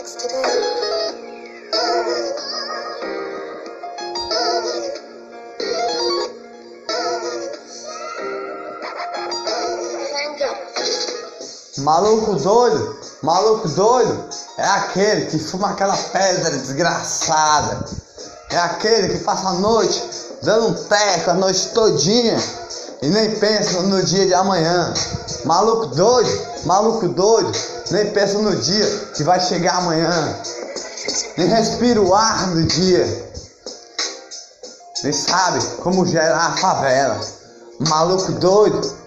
Maluco doido é aquele que fuma aquela pedra desgraçada. É aquele que passa a noite dando um teco a noite todinha e nem pensa no dia de amanhã. Maluco doido, nem pensa no dia que vai chegar amanhã. Nem respira o ar do dia. Nem sabe como gerar a favela. Maluco doido,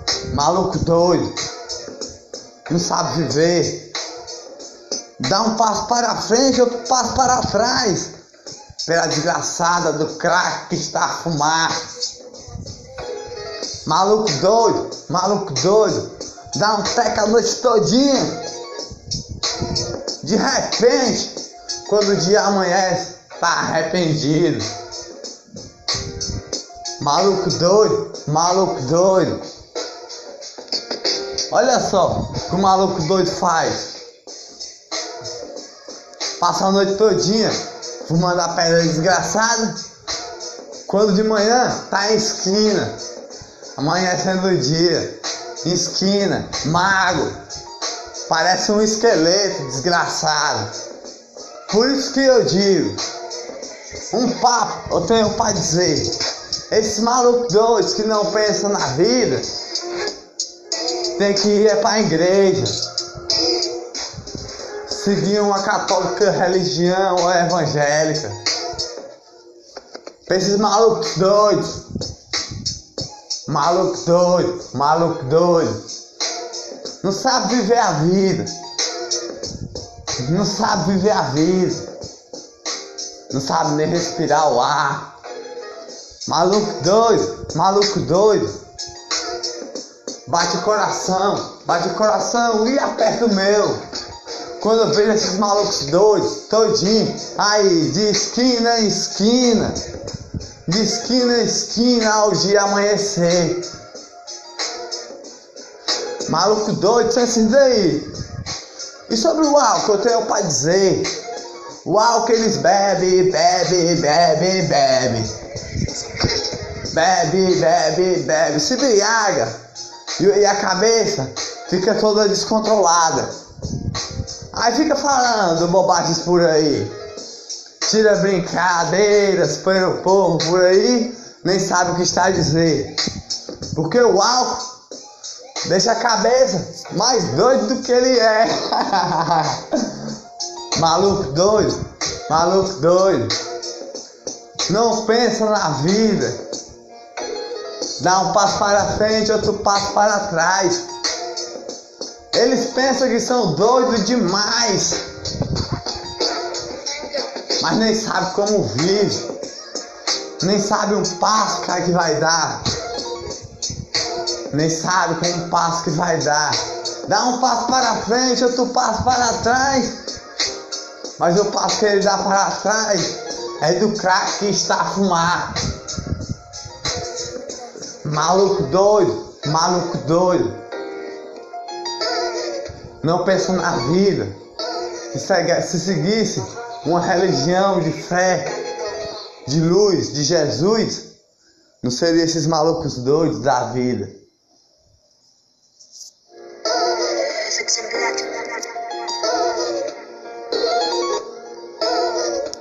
não sabe viver. Dá um passo para frente, outro passo para trás, pela desgraçada do crack que está a fumar. Maluco doido, dá um teco a noite todinha. De repente, quando o dia amanhece, tá arrependido. Maluco doido. Olha só o que o maluco doido faz. Passa a noite todinha fumando a pedra desgraçada. Quando de manhã tá em esquina, amanhecendo o dia, em esquina, magro, parece um esqueleto desgraçado. Por isso que eu digo, um papo eu tenho pra dizer. Esses malucos doidos que não pensam na vida tem que ir pra igreja, seguir uma católica religião ou evangélica. Pra esses malucos doidos, maluco doido, não sabe viver a vida, não sabe nem respirar o ar. Maluco doido, bate o coração e aperta o meu. Quando eu vejo esses malucos doidos, todinho, aí de esquina em esquina, ao dia amanhecer. Maluco doido, são esses daí. E sobre o álcool eu tenho pra dizer. O álcool eles bebe. Se embriaga e a cabeça fica toda descontrolada. Aí fica falando bobagens por aí, tira brincadeiras pelo povo por aí, nem sabe o que está a dizer. Porque o álcool deixa a cabeça mais doido do que ele é. Maluco doido, não pensa na vida. Dá um passo para frente, outro passo para trás. Eles pensam que são doidos demais, mas nem sabe como vive, nem sabe um passo que vai dar, nem sabe como um passo que vai dar. Dá um passo para frente, outro passo para trás, mas o passo que ele dá para trás é do crack que está a fumar. Maluco doido, não pensa na vida. Se seguisse uma religião de fé, de luz, de Jesus, não seria esses malucos doidos da vida.